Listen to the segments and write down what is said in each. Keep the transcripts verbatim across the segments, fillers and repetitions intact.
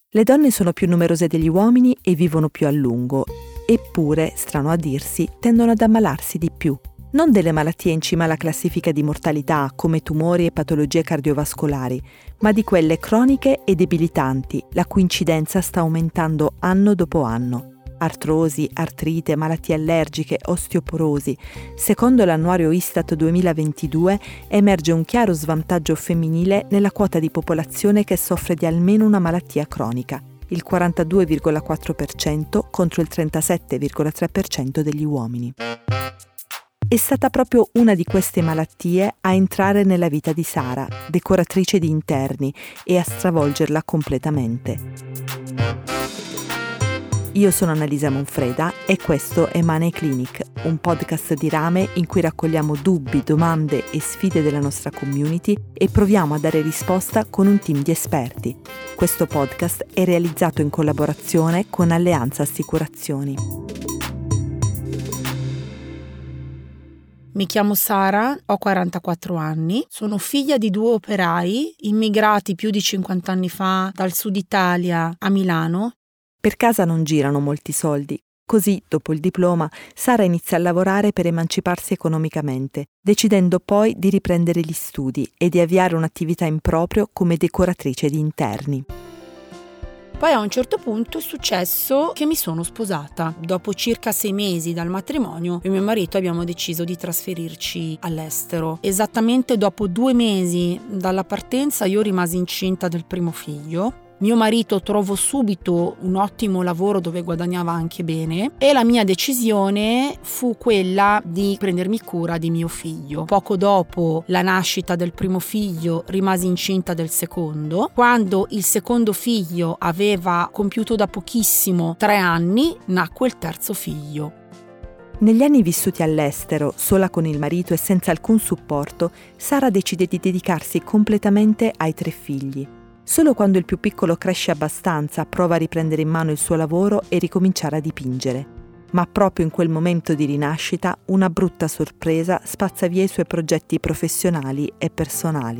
Le donne sono più numerose degli uomini e vivono più a lungo, eppure, strano a dirsi, tendono ad ammalarsi di più. Non delle malattie in cima alla classifica di mortalità, come tumori e patologie cardiovascolari, ma di quelle croniche e debilitanti, la cui incidenza sta aumentando anno dopo anno. Artrosi, artrite, malattie allergiche, osteoporosi. Secondo l'annuario Istat duemilaventidue emerge un chiaro svantaggio femminile nella quota di popolazione che soffre di almeno una malattia cronica, il quarantadue virgola quattro per cento contro il trentasette virgola tre per cento degli uomini. È stata proprio una di queste malattie a entrare nella vita di Sara, decoratrice di interni, e a stravolgerla completamente. Io sono Annalisa Monfreda e questo è Money Clinic, un podcast di Rame in cui raccogliamo dubbi, domande e sfide della nostra community e proviamo a dare risposta con un team di esperti. Questo podcast è realizzato in collaborazione con Alleanza Assicurazioni. Mi chiamo Sara, ho quarantaquattro anni, sono figlia di due operai immigrati più di cinquanta anni fa dal sud Italia a Milano. Per casa non girano molti soldi, così dopo il diploma Sara inizia a lavorare per emanciparsi economicamente, decidendo poi di riprendere gli studi e di avviare un'attività in proprio come decoratrice di interni. Poi a un certo punto è successo che mi sono sposata. Dopo circa sei mesi dal matrimonio, io e mio marito abbiamo deciso di trasferirci all'estero. Esattamente dopo due mesi dalla partenza io rimasi incinta del primo figlio. Mio marito trovò subito un ottimo lavoro dove guadagnava anche bene e la mia decisione fu quella di prendermi cura di mio figlio. Poco dopo la nascita del primo figlio rimasi incinta del secondo. Quando il secondo figlio aveva compiuto da pochissimo tre anni, nacque il terzo figlio. Negli anni vissuti all'estero, sola con il marito e senza alcun supporto, Sara decide di dedicarsi completamente ai tre figli. Solo quando il più piccolo cresce abbastanza prova a riprendere in mano il suo lavoro e ricominciare a dipingere. Ma proprio in quel momento di rinascita una brutta sorpresa spazza via i suoi progetti professionali e personali.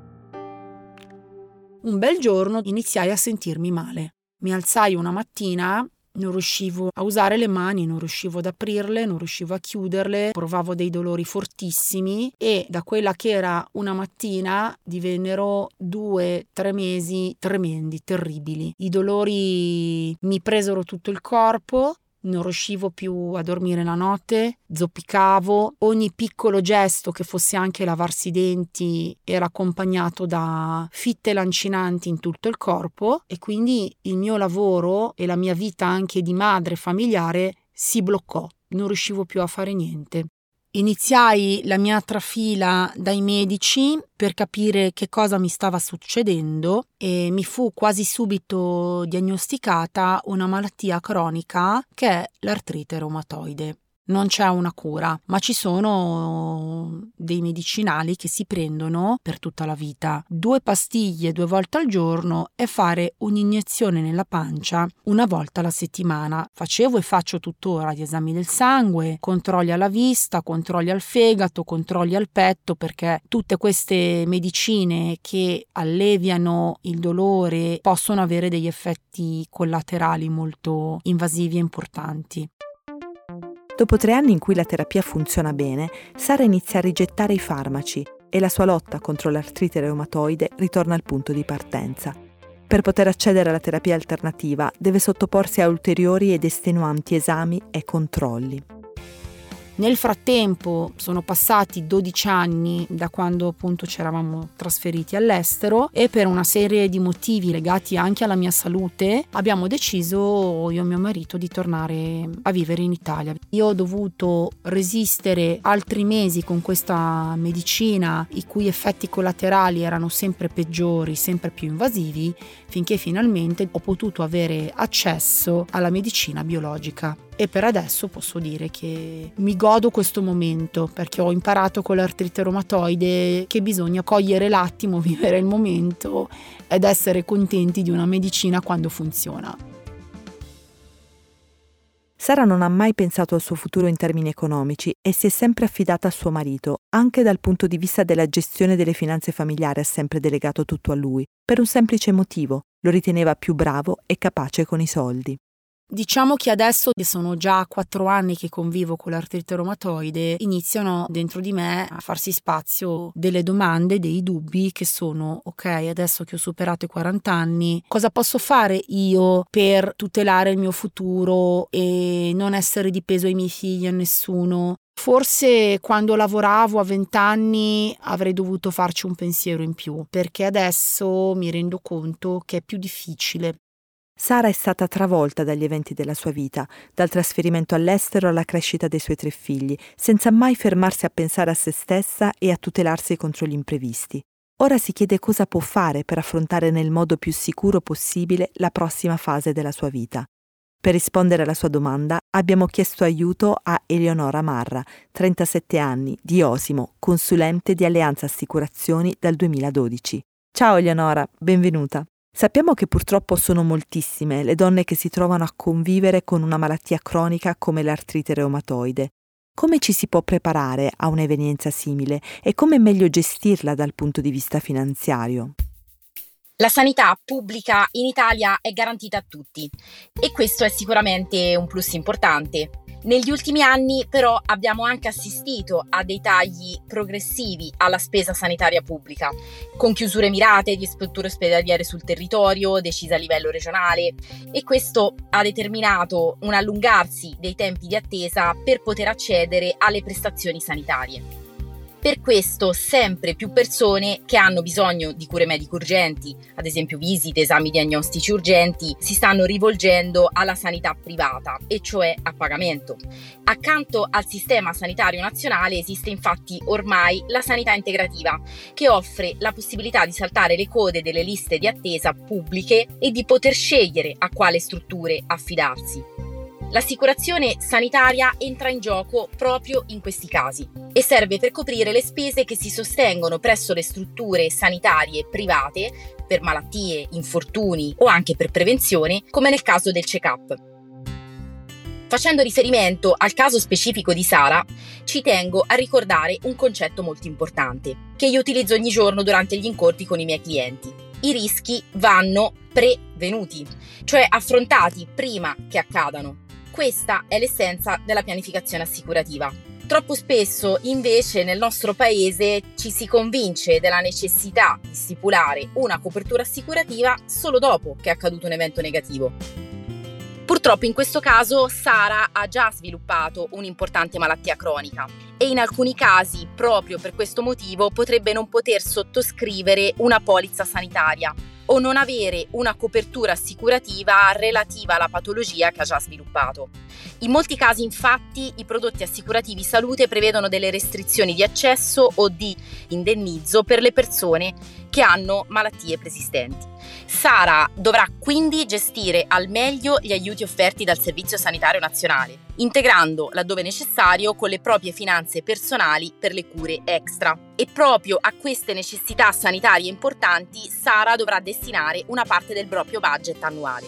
Un bel giorno iniziai a sentirmi male. Mi alzai una mattina, non riuscivo a usare le mani, non riuscivo ad aprirle, non riuscivo a chiuderle, provavo dei dolori fortissimi e da quella che era una mattina divennero due, tre mesi tremendi, terribili. I dolori mi presero tutto il corpo, non riuscivo più a dormire la notte, zoppicavo, ogni piccolo gesto che fosse anche lavarsi i denti era accompagnato da fitte lancinanti in tutto il corpo e quindi il mio lavoro e la mia vita anche di madre familiare si bloccò, non riuscivo più a fare niente. Iniziai la mia trafila dai medici per capire che cosa mi stava succedendo e mi fu quasi subito diagnosticata una malattia cronica che è l'artrite reumatoide. Non c'è una cura, ma ci sono dei medicinali che si prendono per tutta la vita. Due pastiglie due volte al giorno e fare un'iniezione nella pancia una volta alla settimana. Facevo e faccio tuttora gli esami del sangue, controlli alla vista, controlli al fegato, controlli al petto, perché tutte queste medicine che alleviano il dolore possono avere degli effetti collaterali molto invasivi e importanti. Dopo tre anni in cui la terapia funziona bene, Sara inizia a rigettare i farmaci e la sua lotta contro l'artrite reumatoide ritorna al punto di partenza. Per poter accedere alla terapia alternativa deve sottoporsi a ulteriori ed estenuanti esami e controlli. Nel frattempo sono passati dodici anni da quando appunto ci eravamo trasferiti all'estero e per una serie di motivi legati anche alla mia salute abbiamo deciso io e mio marito di tornare a vivere in Italia. Io ho dovuto resistere altri mesi con questa medicina i cui effetti collaterali erano sempre peggiori, sempre più invasivi, finché finalmente ho potuto avere accesso alla medicina biologica. E per adesso posso dire che mi godo questo momento perché ho imparato con l'artrite reumatoide che bisogna cogliere l'attimo, vivere il momento ed essere contenti di una medicina quando funziona. Sara non ha mai pensato al suo futuro in termini economici e si è sempre affidata a suo marito. Anche dal punto di vista della gestione delle finanze familiari ha sempre delegato tutto a lui, per un semplice motivo: lo riteneva più bravo e capace con i soldi. Diciamo che adesso, che sono già quattro anni che convivo con l'artrite reumatoide, iniziano dentro di me a farsi spazio delle domande, dei dubbi che sono: ok, adesso che ho superato i quaranta anni, cosa posso fare io per tutelare il mio futuro e non essere di peso ai miei figli, a nessuno? Forse quando lavoravo a venti anni avrei dovuto farci un pensiero in più, perché adesso mi rendo conto che è più difficile. Sara è stata travolta dagli eventi della sua vita, dal trasferimento all'estero alla crescita dei suoi tre figli, senza mai fermarsi a pensare a se stessa e a tutelarsi contro gli imprevisti. Ora si chiede cosa può fare per affrontare nel modo più sicuro possibile la prossima fase della sua vita. Per rispondere alla sua domanda abbiamo chiesto aiuto a Eleonora Marra, trentasette anni, di Osimo, consulente di Alleanza Assicurazioni dal duemiladodici. Ciao Eleonora, benvenuta. Sappiamo che purtroppo sono moltissime le donne che si trovano a convivere con una malattia cronica come l'artrite reumatoide. Come ci si può preparare a un'evenienza simile e come è meglio gestirla dal punto di vista finanziario? La sanità pubblica in Italia è garantita a tutti e questo è sicuramente un plus importante. Negli ultimi anni però abbiamo anche assistito a dei tagli progressivi alla spesa sanitaria pubblica, con chiusure mirate di strutture ospedaliere sul territorio decise a livello regionale, e questo ha determinato un allungarsi dei tempi di attesa per poter accedere alle prestazioni sanitarie. Per questo sempre più persone che hanno bisogno di cure mediche urgenti, ad esempio visite, esami diagnostici urgenti, si stanno rivolgendo alla sanità privata, e cioè a pagamento. Accanto al sistema sanitario nazionale esiste infatti ormai la sanità integrativa, che offre la possibilità di saltare le code delle liste di attesa pubbliche e di poter scegliere a quale strutture affidarsi. L'assicurazione sanitaria entra in gioco proprio in questi casi e serve per coprire le spese che si sostengono presso le strutture sanitarie private per malattie, infortuni o anche per prevenzione, come nel caso del check-up. Facendo riferimento al caso specifico di Sara, ci tengo a ricordare un concetto molto importante, che io utilizzo ogni giorno durante gli incontri con i miei clienti. I rischi vanno prevenuti, cioè affrontati prima che accadano. Questa è l'essenza della pianificazione assicurativa. Troppo spesso, invece, nel nostro paese ci si convince della necessità di stipulare una copertura assicurativa solo dopo che è accaduto un evento negativo. Purtroppo in questo caso Sara ha già sviluppato un'importante malattia cronica e in alcuni casi, proprio per questo motivo, potrebbe non poter sottoscrivere una polizza sanitaria o non avere una copertura assicurativa relativa alla patologia che ha già sviluppato. In molti casi, infatti, i prodotti assicurativi salute prevedono delle restrizioni di accesso o di indennizzo per le persone che hanno malattie preesistenti. Sara dovrà quindi gestire al meglio gli aiuti offerti dal Servizio Sanitario Nazionale, integrando, laddove necessario, con le proprie finanze personali per le cure extra. E proprio a queste necessità sanitarie importanti Sara dovrà destinare una parte del proprio budget annuale.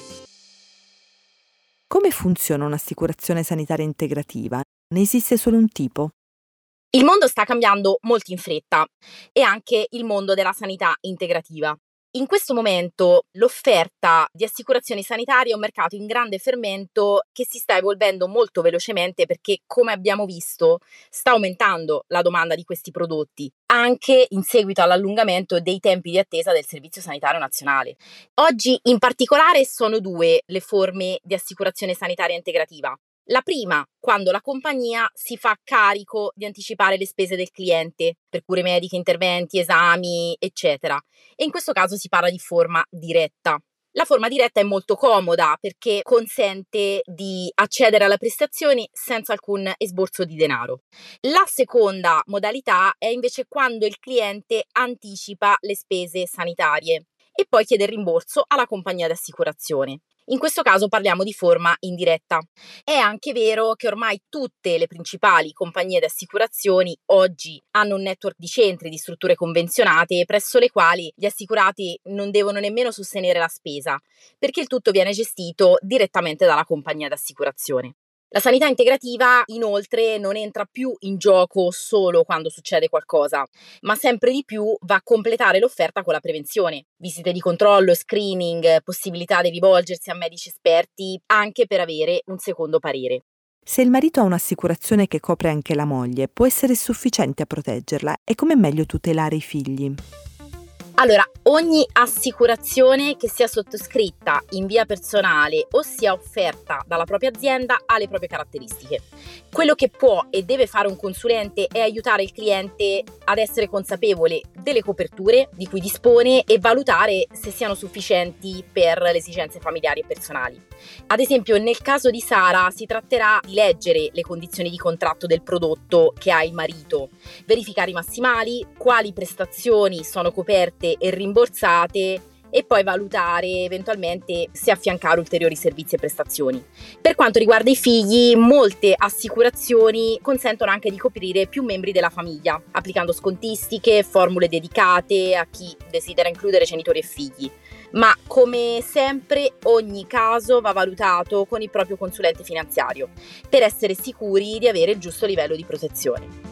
Come funziona un'assicurazione sanitaria integrativa? Ne esiste solo un tipo? Il mondo sta cambiando molto in fretta e anche il mondo della sanità integrativa. In questo momento l'offerta di assicurazioni sanitarie è un mercato in grande fermento che si sta evolvendo molto velocemente perché, come abbiamo visto, sta aumentando la domanda di questi prodotti, anche in seguito all'allungamento dei tempi di attesa del Servizio Sanitario Nazionale. Oggi in particolare sono due le forme di assicurazione sanitaria integrativa. La prima, quando la compagnia si fa carico di anticipare le spese del cliente per cure mediche, interventi, esami, eccetera. E in questo caso si parla di forma diretta. La forma diretta è molto comoda perché consente di accedere alle prestazioni senza alcun esborso di denaro. La seconda modalità è invece quando il cliente anticipa le spese sanitarie e poi chiede il rimborso alla compagnia di assicurazione. In questo caso parliamo di forma indiretta. È anche vero che ormai tutte le principali compagnie di assicurazioni oggi hanno un network di centri, di strutture convenzionate, presso le quali gli assicurati non devono nemmeno sostenere la spesa, perché il tutto viene gestito direttamente dalla compagnia di assicurazione. La sanità integrativa, inoltre, non entra più in gioco solo quando succede qualcosa, ma sempre di più va a completare l'offerta con la prevenzione. Visite di controllo, screening, possibilità di rivolgersi a medici esperti, anche per avere un secondo parere. Se il marito ha un'assicurazione che copre anche la moglie, può essere sufficiente a proteggerla? E com'è meglio tutelare i figli? Allora, ogni assicurazione che sia sottoscritta in via personale o sia offerta dalla propria azienda ha le proprie caratteristiche. Quello che può e deve fare un consulente è aiutare il cliente ad essere consapevole delle coperture di cui dispone e valutare se siano sufficienti per le esigenze familiari e personali. Ad esempio, nel caso di Sara si tratterà di leggere le condizioni di contratto del prodotto che ha il marito, verificare i massimali, quali prestazioni sono coperte e rimborsate e poi valutare eventualmente se affiancare ulteriori servizi e prestazioni. Per quanto riguarda i figli, molte assicurazioni consentono anche di coprire più membri della famiglia, applicando scontistiche, formule dedicate a chi desidera includere genitori e figli. Ma come sempre ogni caso va valutato con il proprio consulente finanziario per essere sicuri di avere il giusto livello di protezione.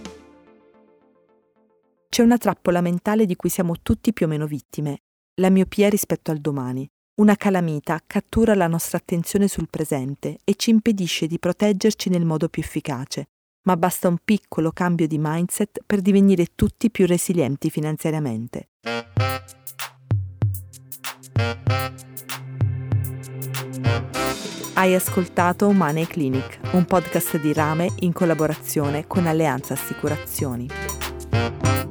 C'è una trappola mentale di cui siamo tutti più o meno vittime, la miopia rispetto al domani. Una calamita cattura la nostra attenzione sul presente e ci impedisce di proteggerci nel modo più efficace, ma basta un piccolo cambio di mindset per divenire tutti più resilienti finanziariamente. Hai ascoltato Money Clinic, un podcast di Rame in collaborazione con Alleanza Assicurazioni.